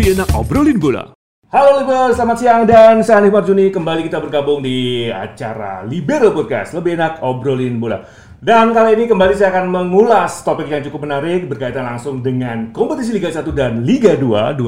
Lebih enak obrolin bola. Halo Libero, selamat siang dan saya Hanif Marjuni. Kembali kita bergabung di acara Libero Podcast, lebih enak obrolin bola. Dan kali ini kembali saya akan mengulas topik yang cukup menarik berkaitan langsung dengan kompetisi Liga 1 dan Liga 2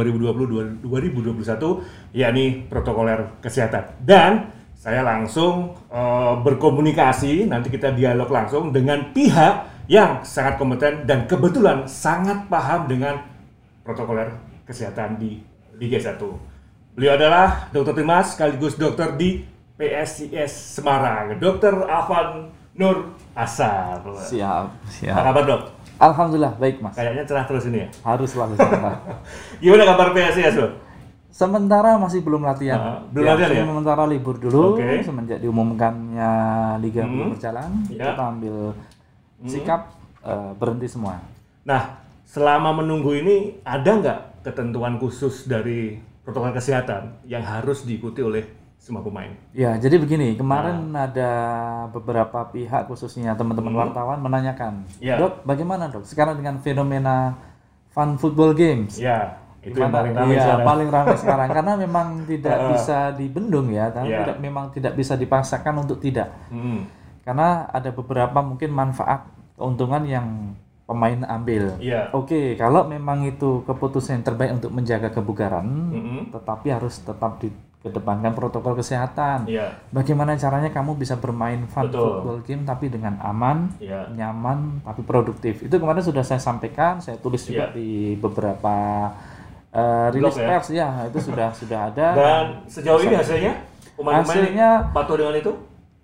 2020-2021, yakni protokoler kesehatan. Dan saya langsung berkomunikasi, nanti kita dialog langsung dengan pihak yang sangat kompeten dan kebetulan sangat paham dengan protokoler kesehatan di Liga 1. Beliau adalah Dr. Dimas sekaligus dokter di PSIS Semarang, Dr. Afan Nur Asar. Siap. Apa kabar, Dok? Alhamdulillah baik, Mas. Kayaknya cerah terus ini ya. Harus selalu cerah. Gimana kabar PSIS, Dok? Sementara masih belum latihan. Belum latihan ya? Sementara libur dulu. Oke. Semenjak diumumkannya Liga belum berjalan, Ya. kita ambil sikap berhenti semua. Nah, selama menunggu ini ada nggak ketentuan khusus dari protokol kesehatan yang harus diikuti oleh semua pemain? Ya, jadi begini, kemarin ada beberapa pihak khususnya teman-teman wartawan menanyakan, Ya. Dok, bagaimana dok sekarang dengan fenomena fun football games? Ya, itu yang Gimana? paling ramai Iya, sekarang. paling ramai sekarang karena memang tidak bisa dibendung ya, karena Iya. memang tidak bisa dipaksakan untuk tidak. Karena ada beberapa mungkin manfaat keuntungan yang pemain ambil. Iya. Oke, kalau memang itu keputusan yang terbaik untuk menjaga kebugaran, tetapi harus tetap dikedepankan protokol kesehatan. Iya. Bagaimana caranya kamu bisa bermain fun Betul. football game tapi dengan aman, Iya. nyaman, tapi produktif. Itu kemarin sudah saya sampaikan, saya tulis juga Iya. di beberapa rilis Blog ya? pers ya, itu sudah ada. Dan sejauh ini hasilnya? Pemain-pemain Hasilnya patuh dengan itu?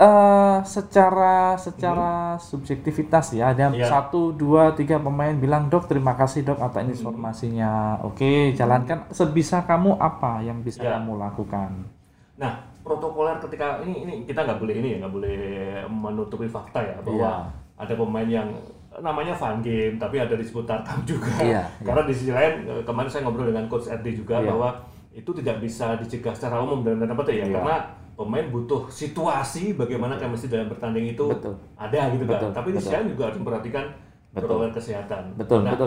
Secara subjektivitas ya, ada Iya. 1, 2, 3 pemain bilang, Dok terima kasih dok atas informasinya. Oke, jalankan sebisa kamu apa yang bisa Iya. kamu lakukan. Nah, protokoler ketika ini kita nggak boleh menutupi fakta ya bahwa Iya. ada pemain yang namanya fun game tapi ada disebut tarkam juga. Iya, Karena di sisi lain kemarin saya ngobrol dengan coach Erdi juga Iya. bahwa itu tidak bisa dicegah secara umum dan tanda petik ya, Iya. karena pemain butuh situasi bagaimana chemistry dalam bertanding itu Betul. ada gitu kan. Betul, Tapi di sisi betul. lain juga harus memperhatikan protokol kesehatan. Betul, Nah, betul.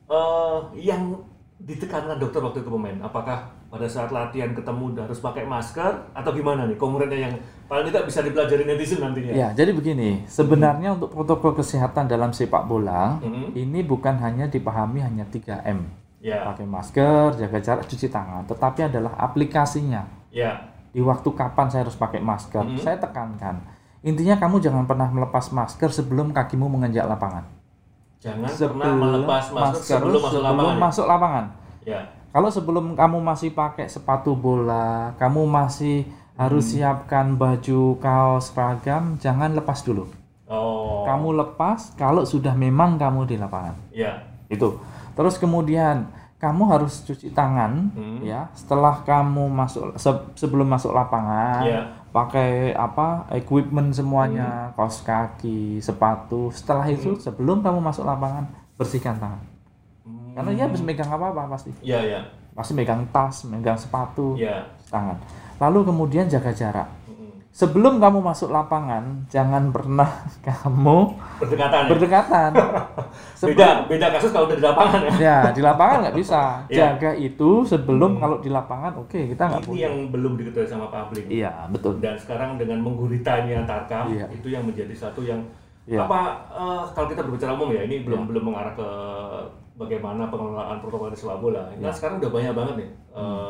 yang ditekankan dokter waktu itu pemain, apakah pada saat latihan ketemu udah harus pakai masker atau gimana nih komponennya yang paling tidak bisa dipelajari netizen nantinya? Ya, jadi begini, sebenarnya untuk protokol kesehatan dalam sepak bola ini bukan hanya dipahami hanya 3M. Ya, Pakai masker, jaga jarak, cuci tangan, tetapi adalah aplikasinya. ya, Di waktu kapan saya harus pakai masker, saya tekankan. Intinya kamu jangan pernah melepas masker sebelum kakimu menginjak lapangan. jangan pernah melepas masker sebelum masuk lapangan. Ya, Kalau sebelum kamu masih pakai sepatu bola, kamu masih harus siapkan baju, kaos, seragam, jangan lepas dulu. oh, Kamu lepas kalau sudah memang kamu di lapangan. ya, Itu. Terus kemudian kamu harus cuci tangan ya setelah kamu masuk sebelum masuk lapangan, Iya. pakai equipment semuanya, kaos kaki, sepatu. Setelah itu sebelum kamu masuk lapangan bersihkan tangan. Karena dia habis megang apa-apa pasti. ya, ya, Pasti megang tas, megang sepatu, ya, tangan. Lalu kemudian jaga jarak. Sebelum kamu masuk lapangan, jangan pernah kamu berdekatan. Ya? berdekatan. Beda kasus kalau udah di lapangan ya. Ya, di lapangan nggak bisa. Iya. Jaga itu sebelum kalau di lapangan, oke, kita nggak Ini boleh. yang belum diketahui sama publik. Iya, betul. Dan sekarang dengan mengguritanya tarkam, Iya. itu yang menjadi satu yang Iya. kalau kita berbicara umum ya, ini belum mengarah ke bagaimana pengelolaan protokol di sepak bola. Nah, sekarang udah banyak banget nih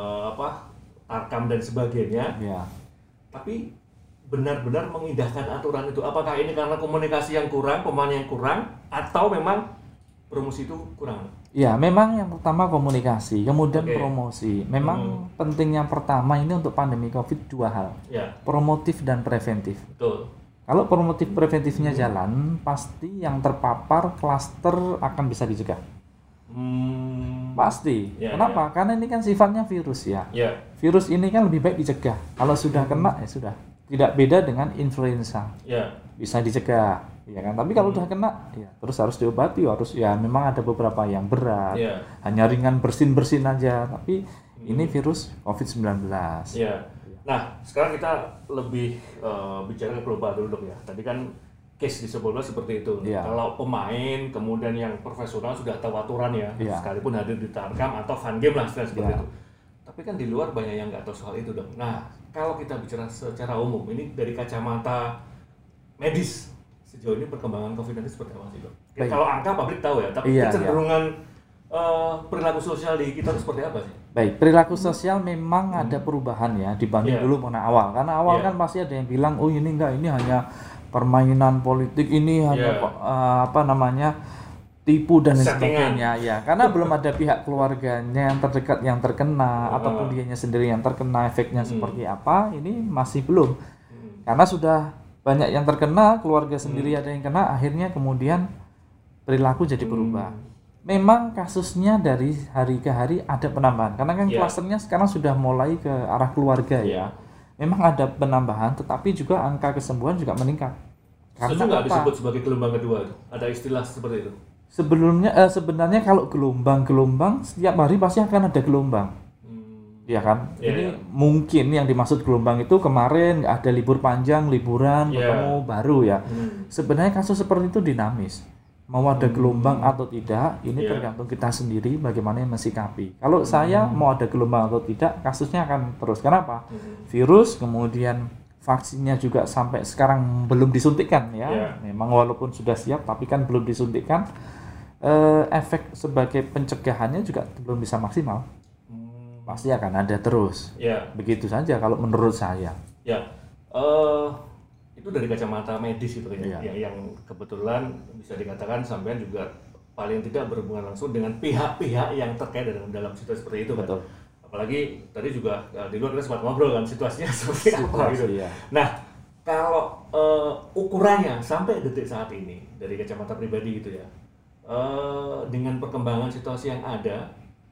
tarkam dan sebagainya. Iya. Tapi benar-benar mengindahkan aturan itu. Apakah ini karena komunikasi yang kurang, pemain yang kurang, atau memang promosi itu kurang? Ya, memang yang pertama komunikasi, kemudian Oke. promosi. Memang penting yang pertama ini untuk pandemi Covid dua hal, Ya, promotif dan preventif. betul. Kalau promotif preventifnya jalan, pasti yang terpapar klaster akan bisa dicegah. Pasti. Ya, Kenapa? Karena ini kan sifatnya virus ya. Ya, Virus ini kan lebih baik dicegah. Kalau sudah kena ya sudah. Tidak beda dengan influenza. ya, Bisa dicegah, ya kan? Tapi kalau udah kena, ya terus harus diobati, harus ya memang ada beberapa yang berat. ya, Hanya ringan bersin-bersin aja, tapi ini virus COVID-19. ya. Nah, sekarang kita lebih bicara ke global dulu dok ya. Tadi kan case di sepak bola seperti itu. Iya. Kalau pemain kemudian yang profesional sudah tahu aturan ya, Iya. sekalipun hadir di tarkam atau fun game lah seperti Iya. itu. Tapi kan di luar banyak yang nggak tahu soal itu dong. Nah, kalau kita bicara secara umum, ini dari kacamata medis, sejauh ini perkembangan COVID-19 seperti apa sih dok? Ya, Baik. kalau angka publik tahu ya, tapi Iya, kecenderungan perilaku sosial di kita itu seperti apa sih? Baik, perilaku sosial memang ada perubahan ya dibanding Iya. dulu mana awal. Karena awal Iya. kan pasti ada yang bilang, oh ini enggak, ini hanya permainan politik, ini hanya Iya. tipu dan lain Settingan. sebagainya ya. Karena belum ada pihak keluarganya yang terdekat yang terkena ataupun dianya sendiri yang terkena, efeknya seperti apa, ini masih belum. Karena sudah banyak yang terkena, keluarga sendiri ada yang kena, akhirnya kemudian perilaku jadi berubah. Memang kasusnya dari hari ke hari ada penambahan, karena kan Iya. klasternya sekarang sudah mulai ke arah keluarga ya. Memang ada penambahan, tetapi juga angka kesembuhan juga meningkat. Setuju Karena nggak apa? disebut sebagai gelombang kedua? Ada istilah seperti itu? Sebenarnya kalau gelombang setiap hari pasti akan ada gelombang. Ya kan? Iya, Ini iya. mungkin yang dimaksud gelombang itu kemarin ada libur panjang, liburan, Iya. ketemu baru ya. Sebenarnya kasus seperti itu dinamis. Mau ada gelombang atau tidak, ini Iya. tergantung kita sendiri bagaimana mensikapi. Kalau saya mau ada gelombang atau tidak, kasusnya akan terus. Kenapa? Virus, kemudian vaksinnya juga sampai sekarang belum disuntikkan ya. Iya. Memang walaupun sudah siap, tapi kan belum disuntikkan. Efek sebagai pencegahannya juga belum bisa maksimal. Pasti akan ada terus. Ya, Begitu saja kalau menurut saya. ya. Itu dari kacamata medis itu ya, Iya. yang kebetulan bisa dikatakan sampean juga paling tidak berhubungan langsung dengan pihak-pihak yang terkait dalam situasi seperti itu kan. Betul. Apalagi tadi juga di luar kita sempat ngobrol kan situasinya seperti apa gitu. Iya. Nah, kalau ukurannya sampai detik saat ini dari kacamata pribadi gitu ya, dengan perkembangan situasi yang ada,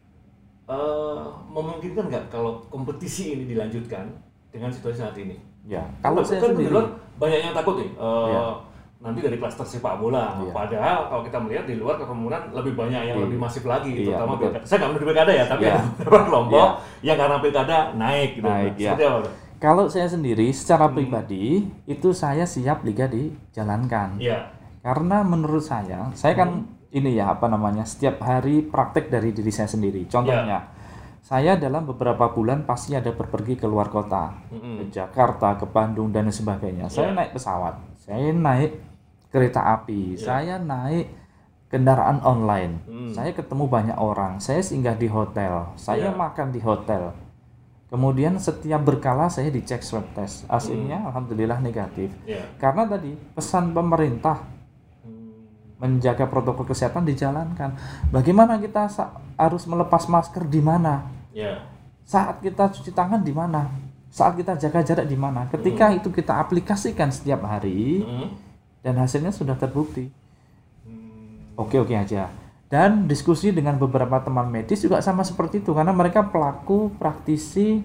memungkinkan nggak kalau kompetisi ini dilanjutkan dengan situasi saat ini? Ya, kalau saya kan sendiri, di luar banyak yang takut nih, Iya. nanti dari klaster sepak bola. Iya. Padahal kalau kita melihat di luar kerumunan lebih banyak yang lebih masif lagi, Iya, terutama betul. pilkada. Saya nggak menuduh pilkada ya, tapi Iya. ada beberapa kelompok Iya. yang karena pilkada naik gitu. Naik, Nah, iya. seperti apa? Dok? kalau saya sendiri secara pribadi itu saya siap liga dijalankan. Iya. Karena menurut saya kan ini ya setiap hari praktek dari diri saya sendiri. Contohnya, saya dalam beberapa bulan pasti ada berpergi ke luar kota, ke Jakarta, ke Bandung dan sebagainya. Saya naik pesawat, saya naik kereta api, saya naik kendaraan online, saya ketemu banyak orang, saya singgah di hotel, saya makan di hotel. Kemudian setiap berkala saya dicek swab test, hasilnya alhamdulillah negatif. Iya. Karena tadi pesan pemerintah menjaga protokol kesehatan dijalankan. Bagaimana kita harus melepas masker di mana? Iya. Saat kita cuci tangan di mana? Saat kita jaga jarak di mana? Ketika itu kita aplikasikan setiap hari dan hasilnya sudah terbukti. Oke-oke aja. Dan diskusi dengan beberapa teman medis juga sama seperti itu karena mereka pelaku praktisi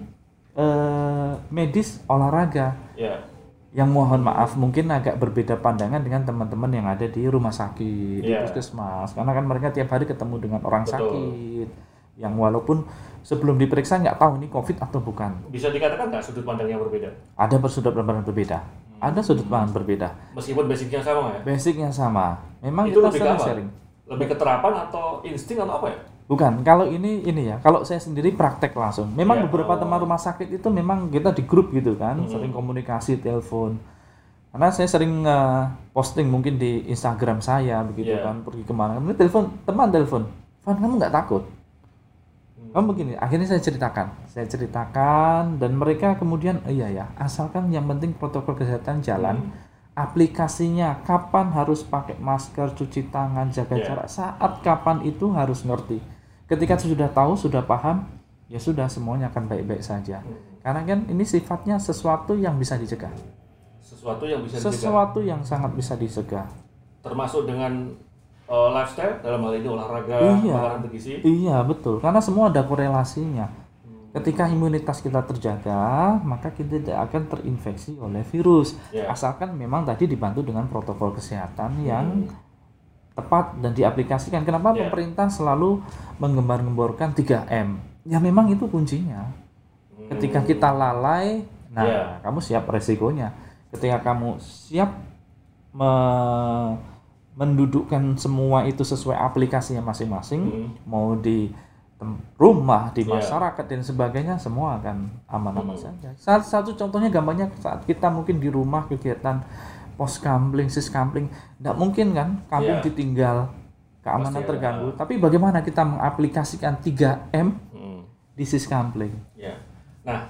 medis olahraga. Iya. Yang mohon maaf mungkin agak berbeda pandangan dengan teman-teman yang ada di rumah sakit, di Iya. puskesmas, karena kan mereka tiap hari ketemu dengan orang Betul. sakit yang walaupun sebelum diperiksa nggak tahu ini COVID atau bukan. Bisa dikatakan nggak sudut pandang yang berbeda? Ada sudut pandang berbeda, ada sudut pandang berbeda. Meskipun basicnya sama ya? Basicnya sama. Memang Itu kita lebih ke apa? sharing. Lebih keterapan atau insting atau apa ya? Bukan, kalau ini ya, kalau saya sendiri praktek langsung. Memang Iya, beberapa teman rumah sakit itu memang kita di grup gitu kan, sering komunikasi, telepon. Karena saya sering posting mungkin di Instagram saya begitu Iya. kan, pergi kemana, kemudian telepon, Van kamu nggak takut? Kamu begini, akhirnya saya ceritakan dan mereka kemudian iya ya, asalkan yang penting protokol kesehatan jalan. Aplikasinya kapan harus pakai masker, cuci tangan, jaga jarak, saat kapan itu harus ngerti. Ketika sudah tahu, sudah paham, ya sudah semuanya akan baik-baik saja. Karena kan ini sifatnya sesuatu yang bisa dicegah. Sesuatu yang bisa dicegah. Sesuatu yang sangat bisa dicegah. Termasuk dengan lifestyle dalam hal ini olahraga, Iya. makanan bergizi. Iya betul, karena semua ada korelasinya. Ketika imunitas kita terjaga, maka kita tidak akan terinfeksi oleh virus. Iya. Asalkan memang tadi dibantu dengan protokol kesehatan yang tepat dan diaplikasikan. Kenapa Iya. pemerintah selalu menggembar-gemborkan 3M? Ya memang itu kuncinya. Ketika kita lalai, nah Iya. kamu siap resikonya. Ketika kamu siap mendudukkan semua itu sesuai aplikasinya masing-masing, mau di rumah, di masyarakat dan sebagainya, semua akan aman-aman saja. Salah satu contohnya gampangnya saat kita mungkin di rumah kegiatan pos kampling, sis kampling, tidak mungkin kan kampung ditinggal, keamanan terganggu. Tapi bagaimana kita mengaplikasikan 3M di sis kampling? Ya. Nah,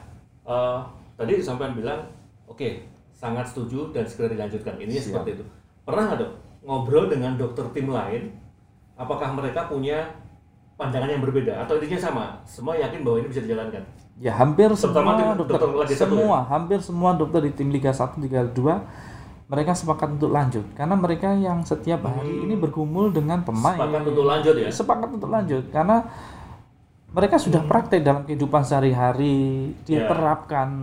tadi sampean bilang, oke, sangat setuju dan segera dilanjutkan. Ini seperti itu. Pernah nggak dok ngobrol dengan dokter tim lain? Apakah mereka punya pandangan yang berbeda atau intinya sama? Semua yakin bahwa ini bisa dijalankan? Ya, hampir terutama semua dokter semua, hampir semua dokter di tim Liga 1, Liga 2 mereka sepakat untuk lanjut karena mereka yang setiap hari ini bergumul dengan pemain. Sepakat untuk lanjut ya? Sepakat untuk lanjut karena mereka sudah praktek dalam kehidupan sehari-hari, dia terapkan.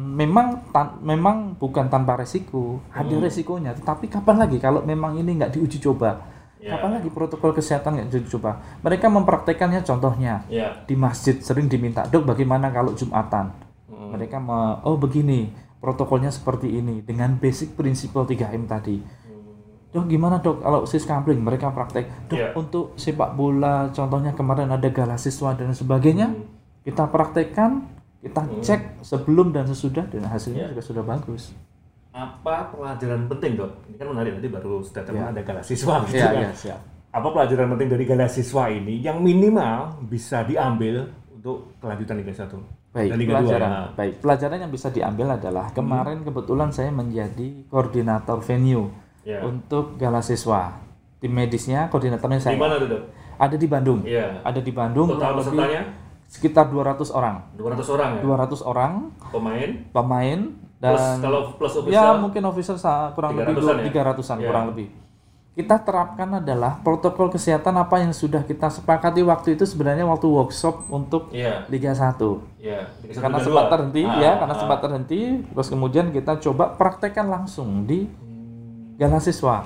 Memang bukan tanpa resiko, ada resikonya. Tetapi kapan lagi kalau memang ini nggak diuji coba? Kapan lagi protokol kesehatan nggak diuji coba? Mereka mempraktekannya, contohnya di masjid sering diminta, dok bagaimana kalau Jumatan? Mereka begini, protokolnya seperti ini dengan basic prinsipal 3M tadi. Dok gimana dok kalau sis kampling? Mereka praktek. Dok untuk sepak bola, contohnya kemarin ada gala siswa dan sebagainya, kita praktekkan, kita cek sebelum dan sesudah dan hasilnya juga sudah bagus. Apa pelajaran penting dok? Ini kan menarik, tadi baru statement ada gala siswa gitu kan. Apa pelajaran penting dari gala siswa ini yang minimal bisa diambil untuk kelanjutan Liga 1? Baik, pelajaran yang bisa diambil adalah kemarin kebetulan saya menjadi koordinator venue untuk gala siswa. Tim medisnya, koordinatornya saya. Di mana tuh dok? Ada di Bandung. Ada di Bandung. Total pesertanya? Sekitar 200 orang. 200 orang ya? 200 orang. Pemain. Dan plus official? Ya mungkin official kurang lebih 300-an kurang lebih. Kita terapkan adalah protokol kesehatan apa yang sudah kita sepakati waktu itu sebenarnya waktu workshop untuk Liga 1. Karena sempat terhenti karena sempat terhenti, terus kemudian kita coba praktekkan langsung di gala siswa.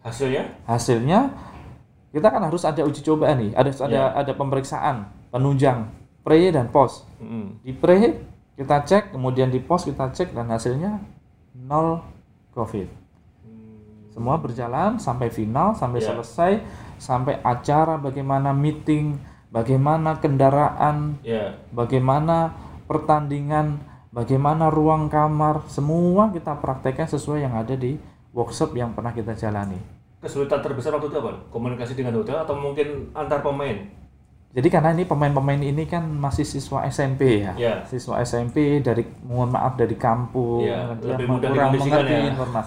Hasilnya kita kan harus ada uji coba nih, ada pemeriksaan penunjang pre dan post. Di pre kita cek, kemudian di post kita cek dan hasilnya 0 COVID. Semua berjalan sampai final, sampai selesai, sampai acara, bagaimana meeting, bagaimana kendaraan, bagaimana pertandingan, bagaimana ruang kamar, semua kita praktekkan sesuai yang ada di workshop yang pernah kita jalani. Kesulitan terbesar waktu itu apa? Komunikasi dengan hotel atau mungkin antar pemain? Jadi karena ini pemain-pemain ini kan masih siswa SMP ya, siswa SMP dari mohon maaf dari kampung, lebih mudah kurang mengerti informasi.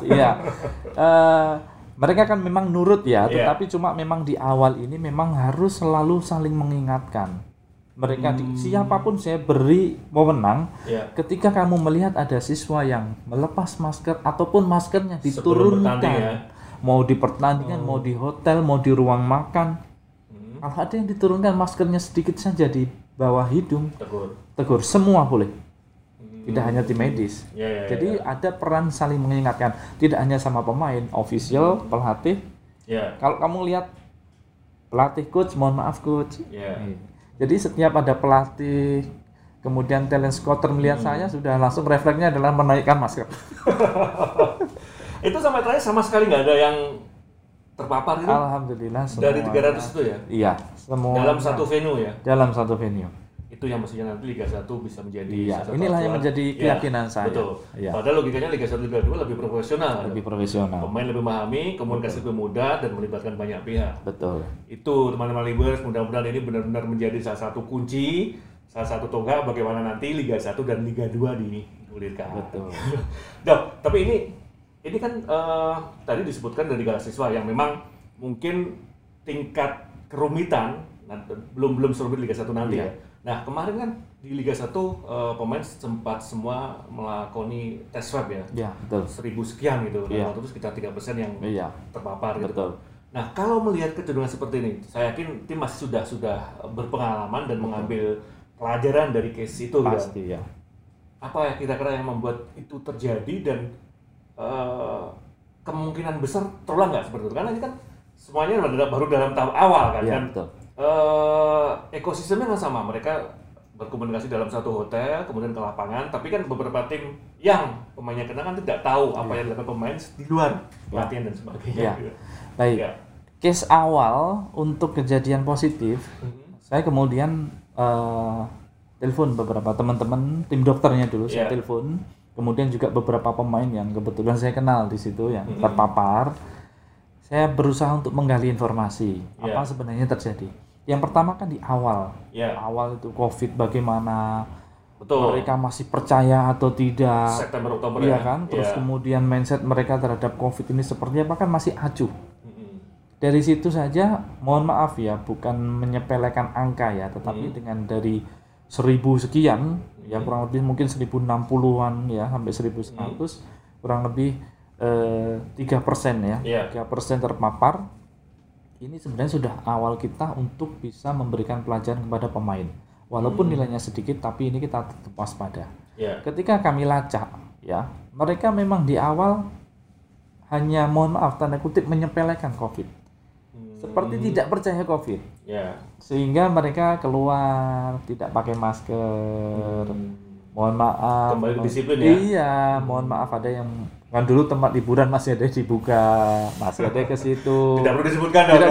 Mereka kan memang nurut tetapi cuma memang di awal ini memang harus selalu saling mengingatkan. Mereka siapapun saya beri wewenang, ketika kamu melihat ada siswa yang melepas masker ataupun maskernya diturunkan, mau di pertandingan, mau di hotel, mau di ruang makan. Kalau ada yang diturunkan maskernya sedikit saja di bawah hidung, tegur semua boleh. Tidak hanya tim medis. Jadi ada peran saling mengingatkan. Tidak hanya sama pemain, official, pelatih. Kalau kamu lihat pelatih coach, mohon maaf coach. Jadi setiap ada pelatih, kemudian talent scouter melihat saya sudah langsung refleksnya adalah menaikkan masker. Itu sampai terakhir sama sekali nggak ada yang terpapar itu? Alhamdulillah semua. Dari 300 itu ya? Iya, semua. Dalam satu venue ya? Dalam satu venue. Itu yang mestinya nanti Liga 1 bisa menjadi inilah yang menjadi keyakinan saya. Betul. Padahal logikanya Liga 1 Liga 2 lebih profesional. Lebih profesional. Pemain lebih memahami, komunikasi lebih mudah dan melibatkan banyak pihak. Betul. Itu teman-teman Libers, mudah-mudahan ini benar-benar menjadi salah satu kunci, salah satu tonggak bagaimana nanti Liga 1 dan Liga 2 digulirkan. Betul. Dok, tapi ini kan tadi disebutkan dari gala siswa yang memang mungkin tingkat kerumitan belum serumit Liga 1 nanti ya. Nah kemarin kan di Liga 1 pemain sempat semua melakoni tes swab ya. Iya betul. 1000 sekian gitu. Nah waktu itu sekitar 3% yang terpapar gitu. Betul. Nah kalau melihat kecenderungan seperti ini, saya yakin tim masih sudah berpengalaman dan mengambil pelajaran dari case itu. Pasti ya. Apa ya kira-kira yang membuat itu terjadi dan kemungkinan besar terulang nggak seperti itu? Karena ini kan semuanya baru dalam tahap awal kan. Iya betul. Ekosistemnya kan sama, mereka berkomunikasi dalam satu hotel, kemudian ke lapangan, tapi kan beberapa tim yang pemainnya kena kan tidak tahu apa yang dilakukan pemain di luar pelatihan dan sebagainya. Ya. Baik. Ya. Case awal untuk kejadian positif, saya kemudian telepon beberapa teman-teman tim dokternya dulu, saya telepon, kemudian juga beberapa pemain yang kebetulan saya kenal di situ yang terpapar. Saya berusaha untuk menggali informasi apa sebenarnya terjadi. Yang pertama kan di awal, awal itu COVID bagaimana, mereka masih percaya atau tidak, September Oktober iya kan, terus kemudian mindset mereka terhadap COVID ini seperti apa kan masih acuh. Dari situ saja, mohon maaf ya, bukan menyepelekan angka ya, tetapi dengan dari 1000 sekian, ya kurang lebih mungkin 1060-an ya sampai 1100, kurang lebih 3% ya, 3% terpapar. Ini sebenarnya sudah awal kita untuk bisa memberikan pelajaran kepada pemain. Walaupun nilainya sedikit, tapi ini kita tetap waspada. Ketika kami lacak, ya mereka memang di awal hanya mohon maaf tanda kutip menyepelekan COVID, seperti tidak percaya COVID, sehingga mereka keluar tidak pakai masker. Mohon maaf. Kembali disiplin ya. Iya, mohon maaf ada yang kan dulu tempat hiburan masih ada dibuka, masih ada ke situ. Tidak perlu disebutkan dong.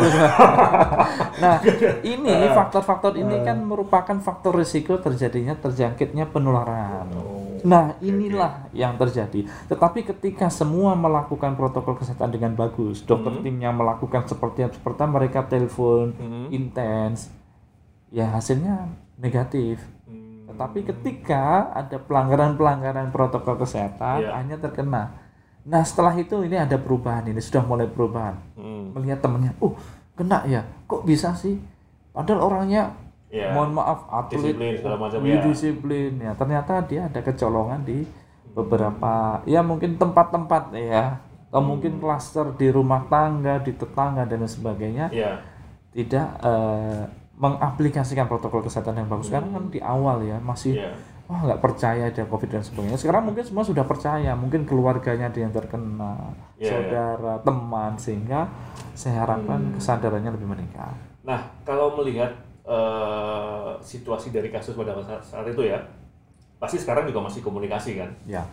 Nah, ini faktor-faktor ini kan merupakan faktor risiko terjangkitnya penularan. Nah, inilah yang terjadi. Tetapi ketika semua melakukan protokol kesehatan dengan bagus, dokter timnya melakukan seperti mereka telepon intens, ya hasilnya negatif. Tetapi ketika ada pelanggaran protokol kesehatan, hanya terkena. Nah setelah itu ini ada perubahan, ini sudah mulai perubahan. Melihat temannya, kena ya, kok bisa sih? Padahal orangnya, mohon maaf, atlet, disiplin ya. Ternyata dia ada kecolongan di beberapa, ya mungkin tempat-tempat ya, atau mungkin klaster di rumah tangga, di tetangga dan sebagainya, tidak mengaplikasikan protokol kesehatan yang bagus. Sekarang kan di awal ya masih nggak percaya ada COVID dan sebagainya. Sekarang mungkin semua sudah percaya, mungkin keluarganya ada yang terkena, saudara, teman, sehingga saya harapkan kesadarannya lebih meningkat. Nah, kalau melihat situasi dari kasus pada saat itu ya, pasti sekarang juga masih komunikasi kan? Ya.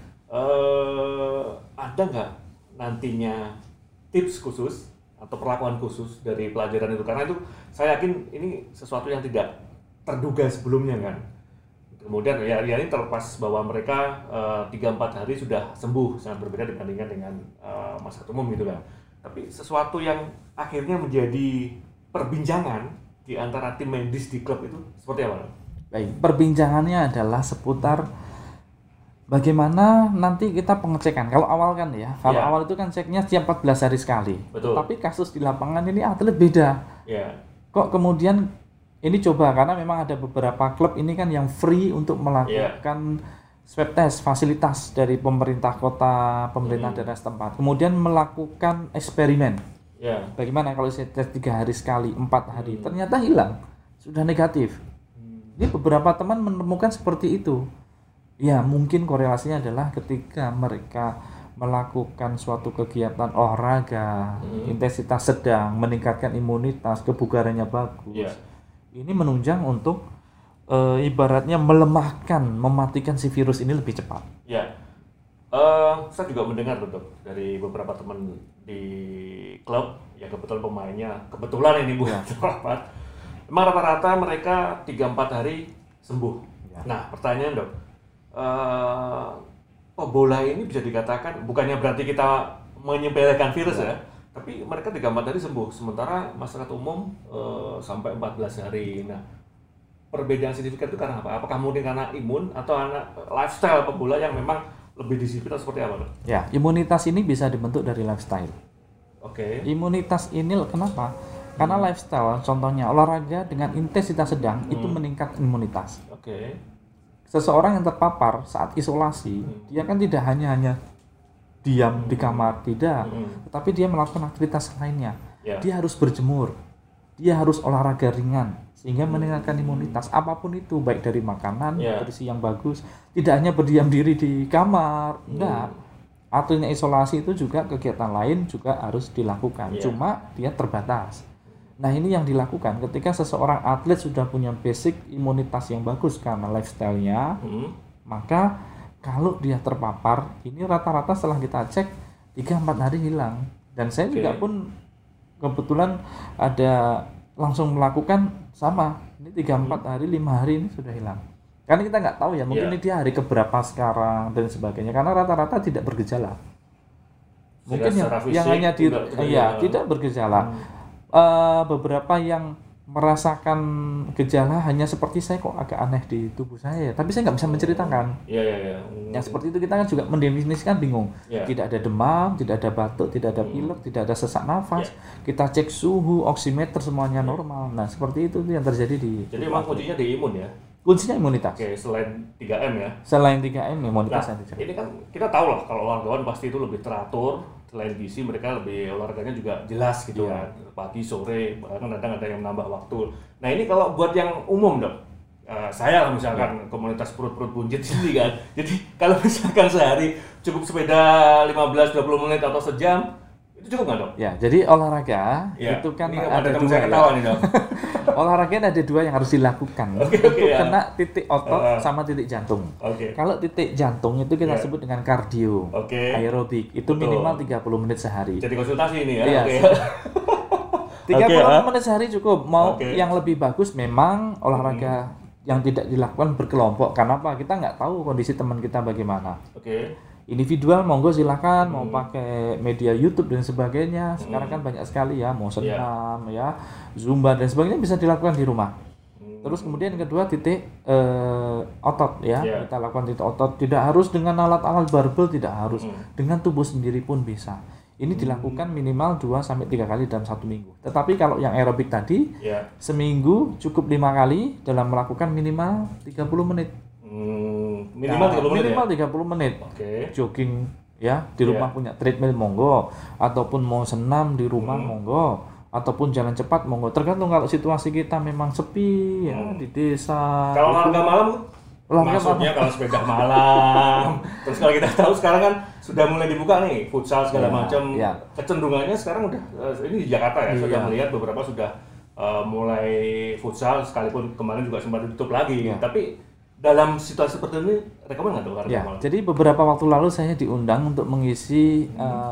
Ada nggak nantinya tips khusus atau perlakuan khusus dari pelajaran itu, karena itu saya yakin ini sesuatu yang tidak terduga sebelumnya kan. Kemudian ya ini terlepas bahwa mereka 3-4 hari sudah sembuh, sangat berbeda dibandingkan dengan masyarakat umum gitu kan. Tapi sesuatu yang akhirnya menjadi perbincangan di antara tim medis di klub itu seperti apa? Baik, perbincangannya adalah seputar bagaimana nanti kita pengecekan. Kalau awal kan ya, awal itu kan ceknya setiap 14 hari sekali. Betul. Tapi kasus di lapangan ini atlet beda. Kok kemudian ini coba, karena memang ada beberapa klub ini kan yang free untuk melakukan swab test, fasilitas dari pemerintah kota, pemerintah daerah setempat. Kemudian melakukan eksperimen. Bagaimana kalau saya tes 3 hari sekali, 4 hari, ternyata hilang, sudah negatif. Ini beberapa teman menemukan seperti itu. Ya mungkin korelasinya adalah ketika mereka melakukan suatu kegiatan olahraga, intensitas sedang, meningkatkan imunitas, kebugarannya bagus. Ini menunjang untuk ibaratnya melemahkan, mematikan si virus ini lebih cepat. Saya juga mendengar dari beberapa teman di klub yang kebetulan pemainnya, kebetulan ini bukan terpapar. Memang rata-rata mereka 3-4 hari sembuh. Nah pertanyaan dok, bola ini bisa dikatakan bukannya berarti kita menyepelekan virus ya, tapi mereka 3-4 hari sembuh, sementara masyarakat umum sampai 14 hari. Nah, perbedaan signifikan itu karena apa? Apakah mungkin karena imun atau lifestyle pebola yang memang lebih disiplin atau seperti apa? Ya, imunitas ini bisa dibentuk dari lifestyle. Imunitas ini kenapa? Karena lifestyle, contohnya olahraga dengan intensitas sedang itu meningkat imunitas. Seseorang yang terpapar saat isolasi, dia kan tidak hanya diam di kamar, tidak, tetapi dia melakukan aktivitas lainnya. Dia harus berjemur, dia harus olahraga ringan, sehingga meningkatkan imunitas apapun itu, baik dari makanan, nutrisi yang bagus, tidak hanya berdiam diri di kamar, enggak. Artinya isolasi itu juga kegiatan lain juga harus dilakukan, cuma dia terbatas. Nah ini yang dilakukan ketika seseorang atlet sudah punya basic imunitas yang bagus karena lifestyle-nya, maka kalau dia terpapar, ini rata-rata setelah kita cek 3-4 hari hilang. Dan saya juga pun kebetulan ada langsung melakukan sama. Ini 3-4 hari, 5 hari ini sudah hilang. Karena kita nggak tahu ya, mungkin ini dia hari keberapa sekarang dan sebagainya. Karena rata-rata tidak bergejala. Mungkin yang hanya tidak bergejala. Beberapa yang merasakan gejala hanya seperti saya kok agak aneh di tubuh saya, tapi saya nggak bisa menceritakan. Yang seperti itu kita kan juga mendefinisikan bingung. Tidak ada demam, tidak ada batuk, tidak ada pilek, tidak ada sesak nafas. Kita cek suhu, oximeter semuanya normal. Nah seperti itu yang terjadi di. Jadi memang kuncinya di imun ya. Kuncinya imunitas. Oke, selain 3M ya. Selain 3M imunitas yang dicek. Ini kan kita tahu lah kalau olahragawan pasti itu lebih teratur. Selain gizi mereka lebih olahraganya juga jelas gitu kan, pagi sore bahkan kadang ada yang menambah waktu. Nah ini kalau buat yang umum dok, saya lah misalkan komunitas perut-perut buncit sini kan, jadi kalau misalkan sehari cukup sepeda 15-20 menit atau sejam itu cukup nggak dok? Ya jadi olahraga itu kan ada dua nih, dok. Olahraga ada dua yang harus dilakukan untuk kena titik otot sama titik jantung. Kalau titik jantung itu kita sebut dengan kardio, aerobik, itu minimal 30 menit sehari. Jadi konsultasi ini ya? 30 menit sehari cukup. Mau yang lebih bagus memang olahraga yang tidak dilakukan berkelompok. Kenapa? Kita nggak tahu kondisi teman kita bagaimana. Individual monggo silakan mau pakai media YouTube dan sebagainya. Sekarang kan banyak sekali ya, mau senam ya, zumba dan sebagainya bisa dilakukan di rumah. Terus kemudian yang kedua titik otot ya. Kita lakukan titik otot, tidak harus dengan alat-alat barbel, tidak harus. Dengan tubuh sendiri pun bisa. Ini dilakukan minimal 2-3 kali dalam 1 minggu. Tetapi kalau yang aerobik tadi seminggu cukup 5 kali dalam melakukan minimal 30 menit. Minimal 30 menit. Jogging ya di rumah punya treadmill monggo, ataupun mau senam di rumah monggo, ataupun jalan cepat monggo. Tergantung kalau situasi kita memang sepi ya di desa. Kalau olahraga malam maksudnya kalau sepeda malam. Terus kalau kita tahu sekarang kan sudah mulai dibuka nih futsal segala macam. Kecenderungannya sekarang udah ini di Jakarta ya, sudah melihat beberapa sudah mulai futsal, sekalipun kemarin juga sempat ditutup lagi. Tapi dalam situasi seperti ini, rekomen nggak tuh olahraga malam? Jadi beberapa waktu lalu saya diundang untuk mengisi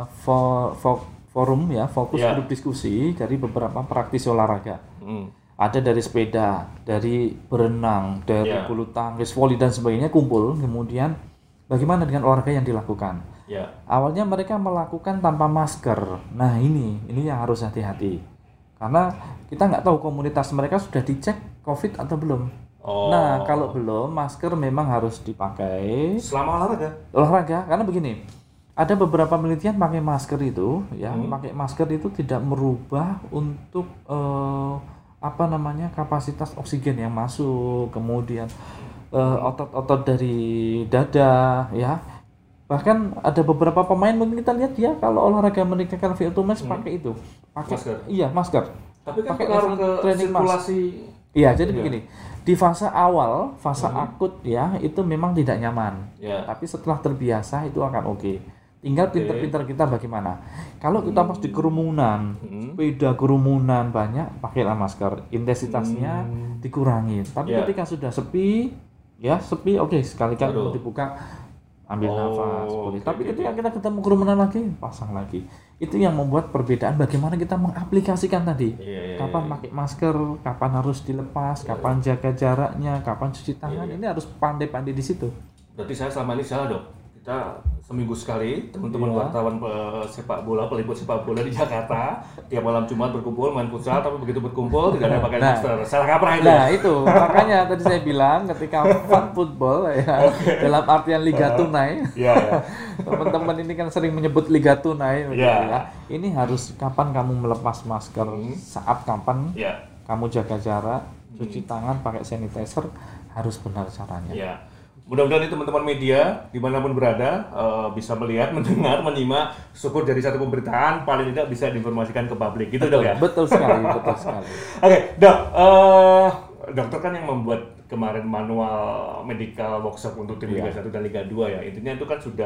forum ya, fokus grup diskusi dari beberapa praktisi olahraga. Ada dari sepeda, dari berenang, dari bulu tangkis, voli dan sebagainya kumpul. Kemudian bagaimana dengan olahraga yang dilakukan? Awalnya mereka melakukan tanpa masker. Nah ini yang harus hati-hati. Karena kita nggak tahu komunitas mereka sudah dicek COVID atau belum. Nah, kalau belum, masker memang harus dipakai selama olahraga. Karena begini, ada beberapa penelitian pakai masker itu, ya, pakai masker itu tidak merubah untuk kapasitas oksigen yang masuk, kemudian otot-otot dari dada, ya. Bahkan ada beberapa pemain mungkin kita lihat ya kalau olahraga meningkatkan VO2 max pakai itu, pakai masker. Iya masker. Tapi kan pengaruh ke sirkulasi. Iya, jadi begini. Di fase awal, fase akut ya, itu memang tidak nyaman. Tapi setelah terbiasa itu akan oke. Tinggal pinter-pinter kita bagaimana. Kalau kita pas di kerumunan, sepeda kerumunan banyak, pakailah masker. Intensitasnya dikurangi. Tapi ketika sudah sepi, sekali-kali mau dibuka, ambil nafas boleh. Tapi ketika kita ketemu kerumunan lagi, pasang lagi. Itu yang membuat perbedaan bagaimana kita mengaplikasikan tadi. Kapan pakai masker, kapan harus dilepas, kapan jaga jaraknya, kapan cuci tangan. Ini harus pandai-pandai di situ. Berarti saya selama ini salah dok. Kita seminggu sekali teman-teman wartawan sepak bola, peliput sepak bola di Jakarta tiap malam Jumat berkumpul main futsal, tapi begitu berkumpul tidak ada pakai masker. Salah kaprah itu. Nah itu makanya tadi saya bilang ketika fun football ya, dalam artian liga tunai. Teman-teman ini kan sering menyebut liga tunai. Ya. Ini harus kapan kamu melepas masker, saat kapan kamu jaga jarak, cuci tangan pakai sanitizer, harus benar caranya. Mudah-mudahan ini teman-teman media dimanapun berada bisa melihat, mendengar, menyimak, syukur dari satu pemberitaan paling tidak bisa diinformasikan ke publik, gitu dok ya? Betul sekali, betul sekali. Oke, dok, dokter kan yang membuat kemarin manual medical workshop untuk tim Liga 1 dan Liga 2 ya, intinya itu kan sudah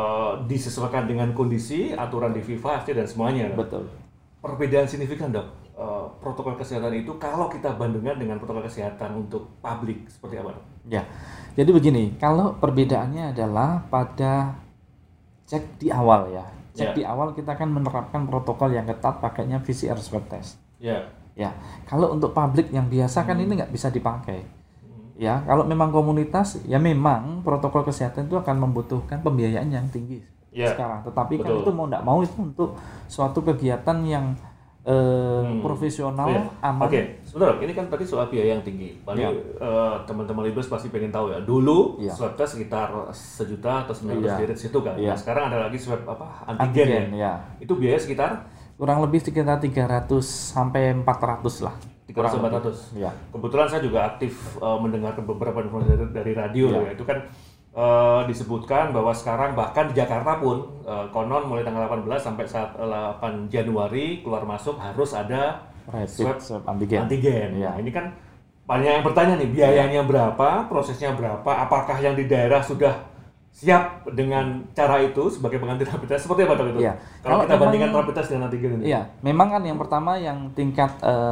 disesuaikan dengan kondisi, aturan di FIFA, AFC dan semuanya. Betul. Perbedaan signifikan dok protokol kesehatan itu kalau kita bandingkan dengan protokol kesehatan untuk publik seperti apa? Ya, jadi begini, kalau perbedaannya adalah pada cek di awal ya. Cek di awal kita akan menerapkan protokol yang ketat pakainya PCR swab test. Ya, kalau untuk publik yang biasa kan ini nggak bisa dipakai. Ya, kalau memang komunitas ya memang protokol kesehatan itu akan membutuhkan pembiayaan yang tinggi sekarang. Tetapi kan itu mau nggak mau itu untuk suatu kegiatan yang profesional, aman. Oke, sebentar. Ini kan tadi soal biaya yang tinggi. Paling teman-teman Libres pasti pengen tahu ya. Dulu swab test sekitar 1 juta atau 900 di situ kan. Nah, sekarang ada lagi swab antigen ya. Itu biaya sekitar kurang lebih sekitar 300 sampai 400 lah. 300-400. Ya. Kebetulan saya juga aktif mendengarkan beberapa informasi dari radio ya. Itu kan disebutkan bahwa sekarang bahkan di Jakarta pun konon mulai tanggal 18 sampai 8 Januari keluar masuk harus ada swab antigen. Nah, ini kan banyak yang bertanya nih, biayanya berapa, prosesnya berapa, apakah yang di daerah sudah siap dengan cara itu sebagai pengganti rapid test, seperti apa itu? Kalau kita bandingkan rapid test dengan antigen ini. Iya, memang kan yang pertama yang tingkat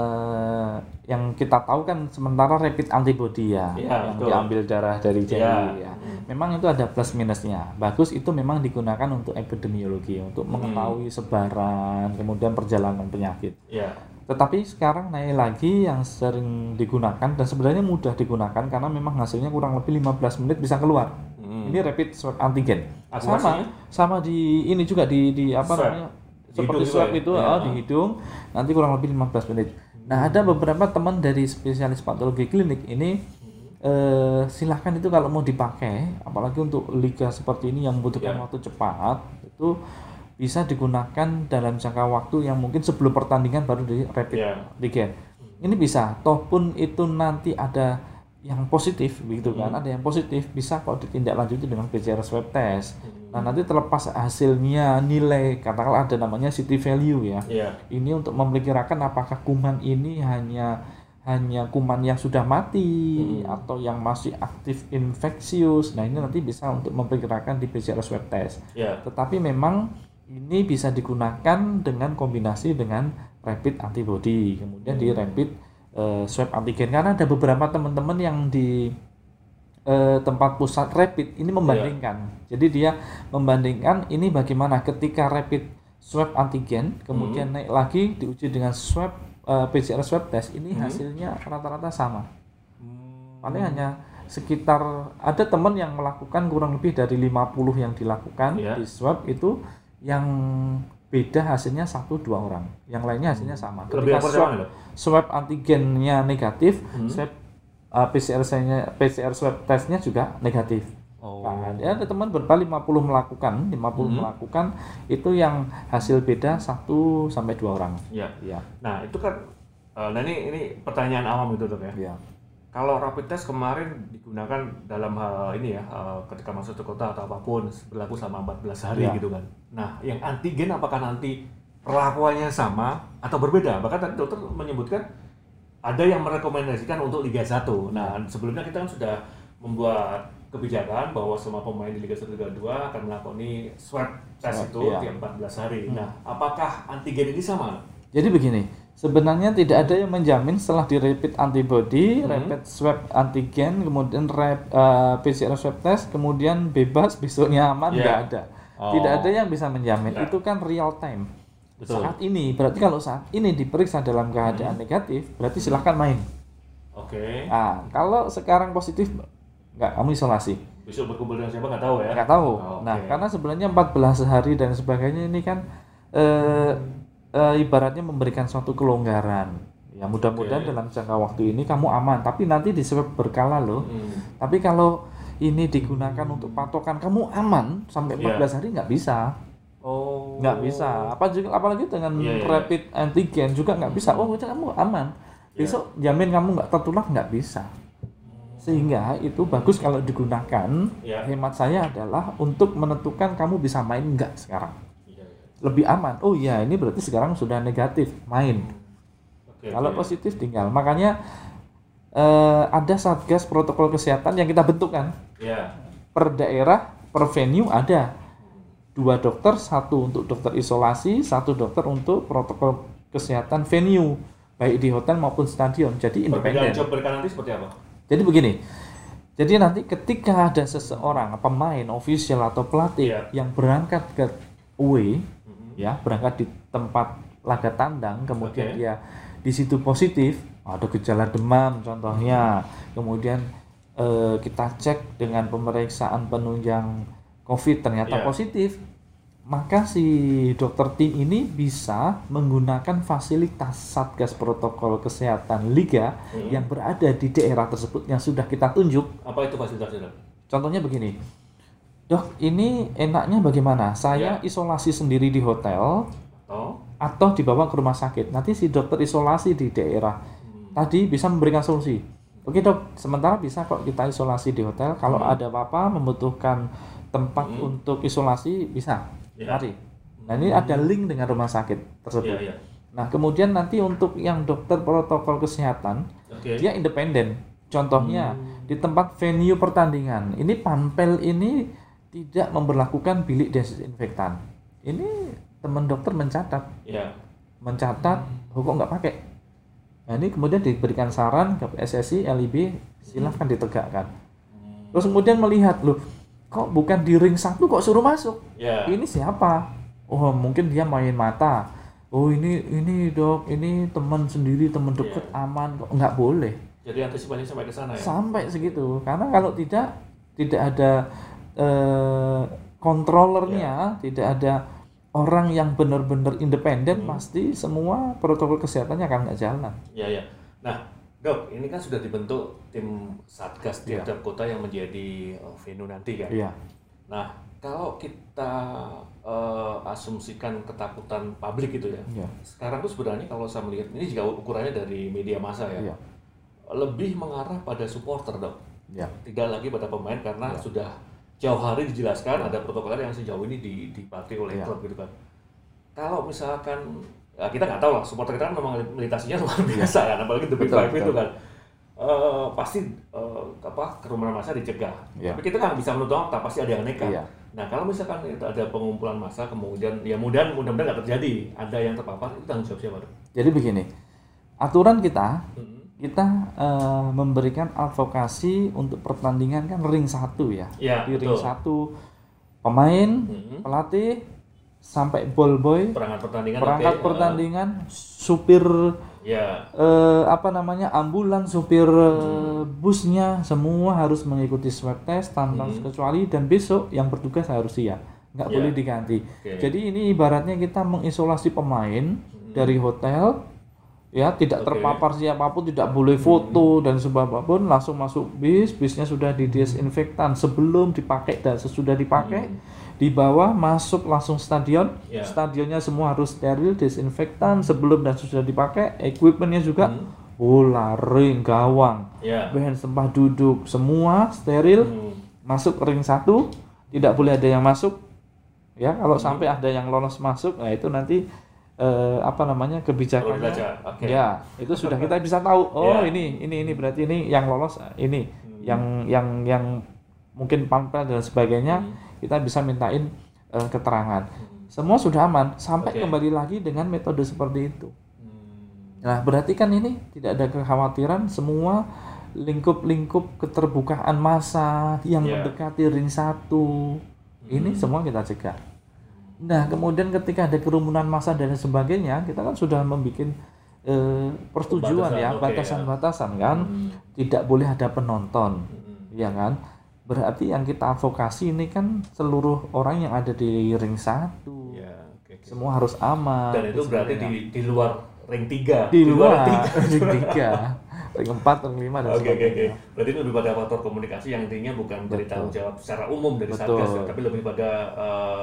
yang kita tahu kan sementara rapid antibody yang betul. Diambil darah dari jari Memang itu ada plus minusnya. Bagus itu memang digunakan untuk epidemiologi, untuk mengetahui sebaran, kemudian perjalanan penyakit. Tetapi sekarang naik lagi yang sering digunakan dan sebenarnya mudah digunakan karena memang hasilnya kurang lebih 15 menit bisa keluar. Ini rapid swab antigen. Sama di ini juga di apa namanya? Seperti swab itu di hidung nanti kurang lebih 15 menit. Nah, ada beberapa teman dari spesialis patologi klinik ini silahkan itu kalau mau dipakai, apalagi untuk liga seperti ini yang membutuhkan waktu cepat, itu bisa digunakan dalam jangka waktu yang mungkin sebelum pertandingan baru di rapid antigen. Ini bisa, toh pun itu nanti ada yang positif begitu kan, ada yang positif bisa kok ditindaklanjuti dengan PCR swab test. Nah, nanti terlepas hasilnya nilai, katakanlah ada namanya city value ya. Ini untuk memperkirakan apakah kuman ini hanya kuman yang sudah mati atau yang masih aktif infeksius. Nah, ini nanti bisa untuk memperkirakan di PCR swab test. Tetapi memang ini bisa digunakan dengan kombinasi dengan rapid antibody, kemudian di rapid swab antigen, karena ada beberapa teman-teman yang di tempat pusat rapid ini membandingkan. Jadi dia membandingkan ini bagaimana ketika rapid swab antigen kemudian naik lagi diuji dengan swab PCR swab test, ini hasilnya rata-rata sama. Paling hanya sekitar, ada teman yang melakukan kurang lebih dari 50 yang dilakukan di swab itu, yang beda hasilnya 1-2 orang, yang lainnya hasilnya sama. Ketika swab antigennya negatif, swab PCR swab testnya juga negatif. Nah, ada teman berapa 50 melakukan itu yang hasil beda 1-2 orang. Nah, itu kan ini pertanyaan awam itu, Dok ya. Kalau rapid test kemarin digunakan dalam hal ini ya, ketika masuk ke kota atau apapun berlaku selama 14 hari gitu kan. Nah, yang antigen apakah nanti perlakuannya sama atau berbeda? Bahkan tadi dokter menyebutkan ada yang merekomendasikan untuk Liga 1. Nah, sebelumnya kita kan sudah membuat kebijakan bahwa semua pemain di Liga 1 Liga 2 akan melakoni swab test itu tiap 14 hari. Nah, apakah antigen ini sama? Jadi begini, sebenarnya tidak ada yang menjamin setelah di rapid antibody, rapid swab antigen, kemudian PCR swab test, kemudian bebas besoknya aman, nggak ada. Tidak ada yang bisa menjamin. Itu kan real time. Saat ini, berarti kalau saat ini diperiksa dalam keadaan negatif, berarti silahkan main. Nah, kalau sekarang positif, nggak, kamu isolasi. Besok berkumpul dengan siapa nggak tahu ya? Nggak tahu. Nah, karena sebenarnya 14 hari dan sebagainya ini kan ibaratnya memberikan suatu kelonggaran. Ya mudah-mudahan dalam jangka waktu ini kamu aman. Tapi nanti di swab berkala loh. Tapi kalau ini digunakan untuk patokan kamu aman sampai 14 hari nggak bisa. Nggak bisa. Apalagi dengan rapid antigen juga nggak bisa. Oh, kamu aman. Besok jamin kamu nggak tertular, nggak bisa. Sehingga itu bagus kalau digunakan. Hemat saya adalah untuk menentukan kamu bisa main nggak sekarang. Lebih aman. Oh iya, ini berarti sekarang sudah negatif, main. Kalau positif tinggal. Makanya ada satgas protokol kesehatan yang kita bentukkan. Per daerah, per venue ada 2 dokter, 1 untuk dokter isolasi, 1 dokter untuk protokol kesehatan venue baik di hotel maupun stadion. Jadi independen. Perbedaan job mereka nanti seperti apa? Jadi begini. Jadi nanti ketika ada seseorang pemain, official atau pelatih yang berangkat ke away, ya berangkat di tempat laga tandang, kemudian dia di situ positif, ada gejala demam contohnya, kemudian kita cek dengan pemeriksaan penunjang COVID ternyata positif, maka si dokter tim ini bisa menggunakan fasilitas Satgas Protokol Kesehatan Liga yang berada di daerah tersebut yang sudah kita tunjuk. Apa itu fasilitasnya, Dok? Contohnya begini, Dok, ini enaknya bagaimana? Saya isolasi sendiri di hotel atau dibawa ke rumah sakit. Nanti si dokter isolasi di daerah tadi bisa memberikan solusi. Oke dok, sementara bisa kok kita isolasi di hotel. Kalau ada apa-apa membutuhkan tempat untuk isolasi bisa. Mari. Nah ini ada link dengan rumah sakit tersebut. Nah kemudian nanti untuk yang dokter protokol kesehatan, dia independen. Contohnya di tempat venue pertandingan, ini panpel ini tidak memberlakukan bilik desinfektan. Ini teman dokter mencatat, kok nggak pakai. Nah ini kemudian diberikan saran ke PSSI, LIB, silahkan ditegakkan. Terus kemudian melihat, loh kok bukan di ring 1 kok suruh masuk? Ini siapa? Oh mungkin dia main mata. Oh ini dok, ini teman sendiri, teman dekat, aman kok, nggak boleh. Jadi antisipasinya sampai ke sana ya? Sampai segitu, karena kalau tidak ada controllernya, tidak ada orang yang benar-benar independen, pasti semua protokol kesehatannya akan nggak jalan. Nah, dok, ini kan sudah dibentuk tim satgas di tiap kota yang menjadi venue nanti kan? Nah, kalau kita asumsikan ketakutan publik itu ya, sekarang tuh sebenarnya kalau saya melihat ini jika ukurannya dari media massa ya, lebih mengarah pada supporter dok, tidak lagi pada pemain karena sudah jauh hari dijelaskan ada protokol yang sejauh ini dipatuhi oleh klub gitu kan. Kalau misalkan kita nggak tahu lah, supporter kita kan memang militasinya luar biasa kan, apalagi The Big Five itu kan pasti kerumunan massa dicegah. Tapi kita kan bisa menutup mata, pasti ada yang nekat. Nah kalau misalkan itu ada pengumpulan massa kemudian ya mudah-mudahan nggak terjadi, ada yang terpapar, itu tanggung jawab siapa dok? Jadi begini, aturan kita memberikan advokasi untuk pertandingan kan ring 1 ya. Di ring 1 pemain, pelatih sampai ball boy, perangkat pertandingan, supir ambulans, supir busnya semua harus mengikuti swab test tanpa kecuali, dan besok yang bertugas harus siap, nggak boleh diganti. Jadi ini ibaratnya kita mengisolasi pemain dari hotel. Tidak terpapar siapapun, tidak boleh foto dan sebagainya, langsung masuk bisnya sudah didesinfektan sebelum dipakai dan sesudah dipakai, dibawa masuk langsung stadion, stadionnya semua harus steril, desinfektan sebelum dan sesudah dipakai, equipmentnya juga, bola, ring, gawang, band tempat duduk, semua steril, masuk ring 1, tidak boleh ada yang masuk, kalau sampai ada yang lolos masuk, nah itu nanti kebijakannya itu sudah kita bisa tahu. Ini berarti ini yang lolos, ini yang mungkin panpel dan sebagainya, kita bisa mintain keterangan. Semua sudah aman sampai kembali lagi dengan metode seperti itu. Nah berarti kan ini tidak ada kekhawatiran, semua lingkup keterbukaan massa yang mendekati ring 1 ini semua kita cegah. Nah kemudian ketika ada kerumunan massa dan sebagainya, kita kan sudah membuat persetujuan batasan-batasan kan, tidak boleh ada penonton, ya kan. Berarti yang kita advokasi ini kan seluruh orang yang ada di ring 1, semua harus aman. Dan itu berarti di luar ring 3. Di luar ring 3. Ring 4, ring 5 dan sebagainya. Berarti itu lebih pada faktor komunikasi yang intinya bukan dari tanggung jawab secara umum dari Satgas, tapi lebih pada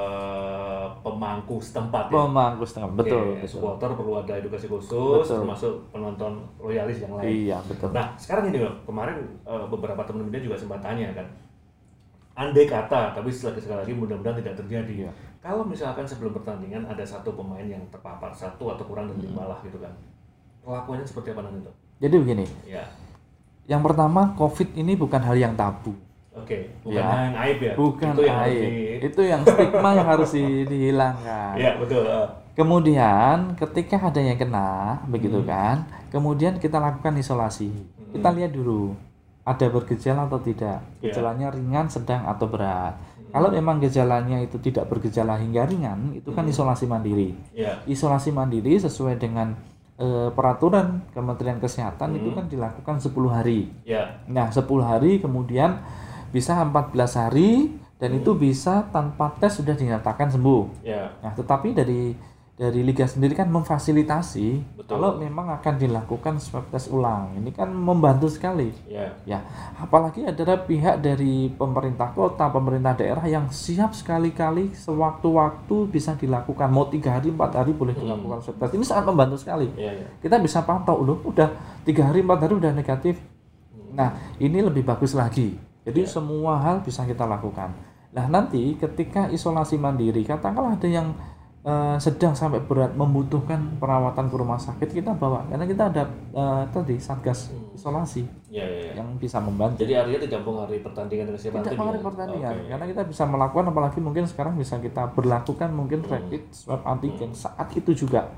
pemangku setempat. Pemangku setempat, betul. Supporter perlu ada edukasi khusus, termasuk penonton loyalis yang lain. Iya, betul. Nah, sekarang ini kemarin beberapa teman-teman juga sempat tanya kan, andai kata, tapi sekali lagi mudah-mudahan tidak terjadi. Kalau misalkan sebelum pertandingan ada satu pemain yang terpapar, 1 atau kurang dari 5 lah gitu kan, perlakuannya seperti apa nanti? Jadi begini, yang pertama, COVID ini bukan hal yang tabu. Bukan hal yang aib ya? Bukan itu aib, itu yang stigma yang harus dihilangkan. Iya, betul. Kemudian ketika ada yang kena, begitu kan, kemudian kita lakukan isolasi. Kita lihat dulu ada bergejala atau tidak, gejalanya ringan, sedang atau berat. Kalau memang gejalanya itu tidak bergejala hingga ringan, itu kan isolasi mandiri. Isolasi mandiri sesuai dengan peraturan Kementerian Kesehatan itu kan dilakukan 10 hari. Nah, 10 hari kemudian bisa 14 hari dan itu bisa tanpa tes sudah dinyatakan sembuh. Nah, tetapi dari Liga sendiri kan memfasilitasi kalau memang akan dilakukan swab test ulang. Ini kan membantu sekali. Ya, apalagi ada pihak dari pemerintah kota, pemerintah daerah yang siap sekali-kali sewaktu-waktu bisa dilakukan. Mau 3 hari, 4 hari boleh dilakukan swab test. Ini sangat membantu sekali. Kita bisa pantau loh, udah 3 hari, 4 hari udah negatif. Nah, ini lebih bagus lagi. Jadi semua hal bisa kita lakukan. Nah, nanti ketika isolasi mandiri, katakanlah ada yang sedang sampai berat membutuhkan perawatan ke rumah sakit, kita bawa karena kita ada tadi satgas isolasi yang bisa membantu. Jadi artinya tidak mempengaruhi pertandingan dengan siapa? Tidak mempengaruhi pertandingan, karena kita bisa melakukan, apalagi mungkin sekarang bisa kita berlakukan mungkin rapid swab antigen saat itu juga.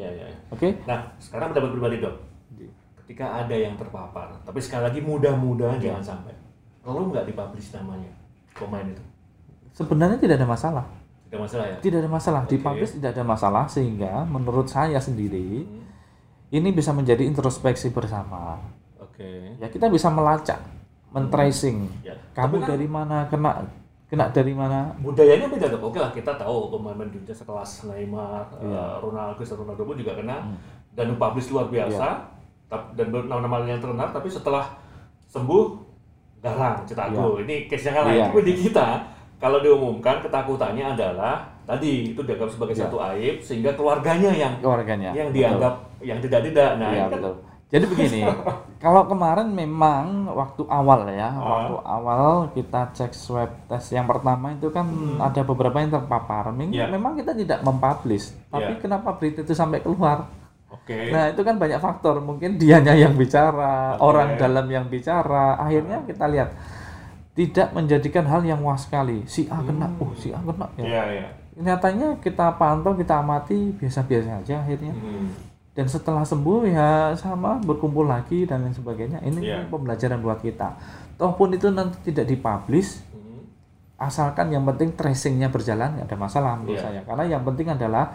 Oke. Nah, sekarang pendapat pribadi Dok, ketika ada yang terpapar, tapi sekali lagi mudah-mudahan jangan sampai, perlu nggak dipublish namanya pemain itu? Sebenarnya tidak ada masalah. Tidak masalah ya? Tidak ada masalah, dipublish tidak ada masalah, sehingga menurut saya sendiri ini bisa menjadi introspeksi bersama. Ya, kita bisa melacak, men-tracing kamu kan dari mana, kena dari mana. Budayanya beda Dok. Oke lah, kita tahu pemain dunia sekelas Neymar, Ronaldo pun juga kena dan publish luar biasa dan nama-nama yang terkenal, tapi setelah sembuh garang cetak gol. Ini case yang lain. Tapi di kita kalau diumumkan, ketakutannya adalah tadi itu dianggap sebagai satu aib, sehingga keluarganya yang dianggap yang tidak. Nah, kan betul. Jadi begini, kalau kemarin memang waktu awal kita cek swab test yang pertama itu kan ada beberapa yang terpapar. Memang kita tidak mempublish, tapi kenapa berita itu sampai keluar? Nah, itu kan banyak faktor. Mungkin dianya yang bicara, orang dalam yang bicara. Akhirnya kita lihat tidak menjadikan hal yang wah sekali. Si A kena, si A kena. Nyatanya kita pantau, kita amati biasa-biasa aja akhirnya. Dan setelah sembuh ya sama berkumpul lagi dan lain sebagainya. Ini pembelajaran buat kita. Toh pun itu nanti tidak dipublish, asalkan yang penting tracingnya berjalan, nggak ada masalah menurut saya. Karena yang penting adalah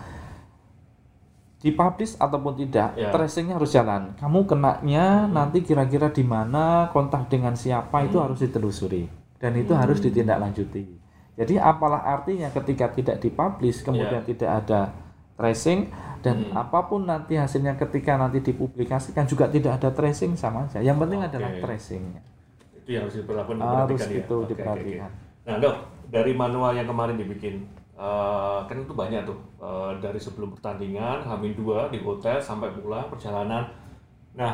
dipublish ataupun tidak, tracingnya harus jalan. Kamu kenanya nanti kira-kira di mana, kontak dengan siapa, itu harus ditelusuri dan itu harus ditindaklanjuti. Jadi apalah artinya ketika tidak dipublish kemudian tidak ada tracing dan apapun nanti hasilnya ketika nanti dipublikasikan juga tidak ada tracing, sama aja. Yang penting adalah tracingnya. Itu yang harus diperlakukan, harus itu diperhatikan. Nah Dok, dari manual yang kemarin dibikin, kan itu banyak tuh, dari sebelum pertandingan, H-2 di hotel sampai pulang perjalanan. Nah,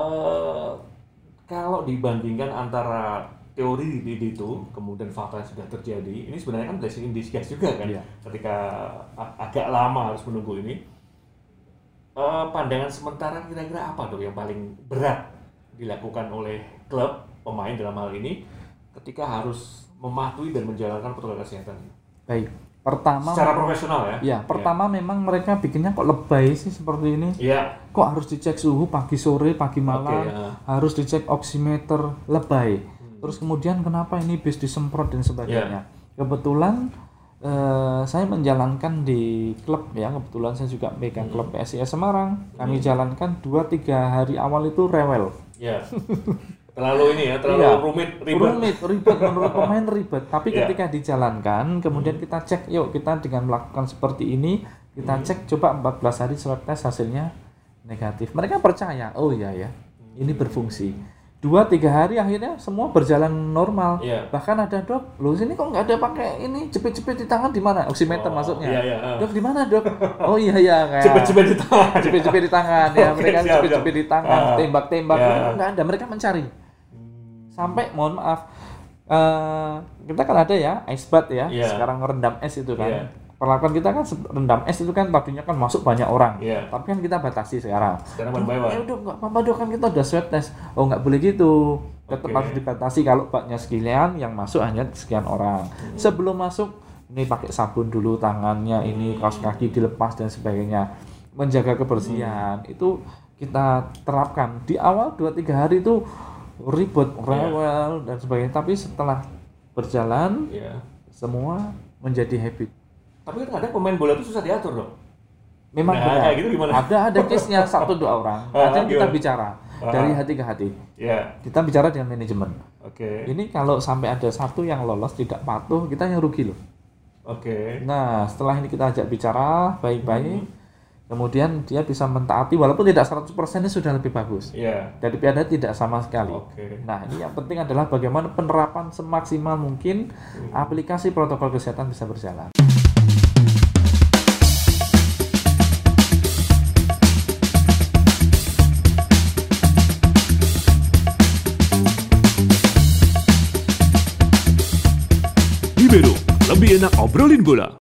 kalau dibandingkan antara teori di itu kemudian fakta yang sudah terjadi, ini sebenarnya kan blessing in disguise juga kan, ketika agak lama harus menunggu ini. Pandangan sementara kira-kira apa Dok yang paling berat dilakukan oleh klub, pemain dalam hal ini, ketika harus mematuhi dan menjalankan protokol kesehatan? Baik. Pertama secara profesional ya. Pertama memang mereka bikinnya kok lebay sih seperti ini. Kok harus dicek suhu pagi sore, pagi malam, harus dicek oximeter, lebay. Terus kemudian kenapa ini bis disemprot dan sebagainya. Kebetulan saya menjalankan di klub ya, kebetulan saya juga megang klub PSIS Semarang. Kami jalankan 2-3 hari awal itu rewel. Terlalu ini ya, terlalu ribet menurut pemain ribet. Tapi ketika dijalankan, kemudian kita cek, yuk kita dengan melakukan seperti ini, kita cek coba 14 hari swab test hasilnya negatif. Mereka percaya, oh iya ya, ini berfungsi. 2-3 hari akhirnya semua berjalan normal. Bahkan ada Dok, loh sini kok nggak ada pakai ini jepit-jepit di tangan, di mana? Oximeter maksudnya. Dok di mana Dok? Oh iya kayak jepit-jepit di tangan. Jepit-jepit di tangan ya, mereka jepit-jepit di tangan, tembak-tembak itu nggak ada, mereka mencari. Sampai mohon maaf, kita kan ada ya ice bath ya, sekarang rendam es itu kan. Perlakuan kita kan rendam es itu kan tadinya kan masuk banyak orang, tapi kan kita batasi sekarang. One by one. Udah nggak apa-apa Dok, kan kita udah swab test. Oh nggak boleh gitu, tetap harus dibatasi. Kalau baknya sekian, yang masuk hanya sekian orang. Sebelum masuk ini pakai sabun dulu tangannya, ini kaos kaki dilepas dan sebagainya, menjaga kebersihan itu kita terapkan di awal 2-3 hari itu ribet, rewel dan sebagainya, tapi setelah berjalan semua menjadi habit. Tapi kan kadang pemain bola itu susah diatur dong. Memang benar. Gitu ada case-nya 1-2 orang. Nanti kita bicara dari hati ke hati. Kita bicara dengan manajemen. Ini kalau sampai ada satu yang lolos tidak patuh, kita yang rugi loh. Nah, setelah ini kita ajak bicara baik-baik. Kemudian dia bisa mentaati walaupun tidak 100% ini sudah lebih bagus. Daripada tidak sama sekali. Nah, ini yang penting adalah bagaimana penerapan semaksimal mungkin aplikasi protokol kesehatan bisa berjalan. Libero, lebih enak obrolin bola.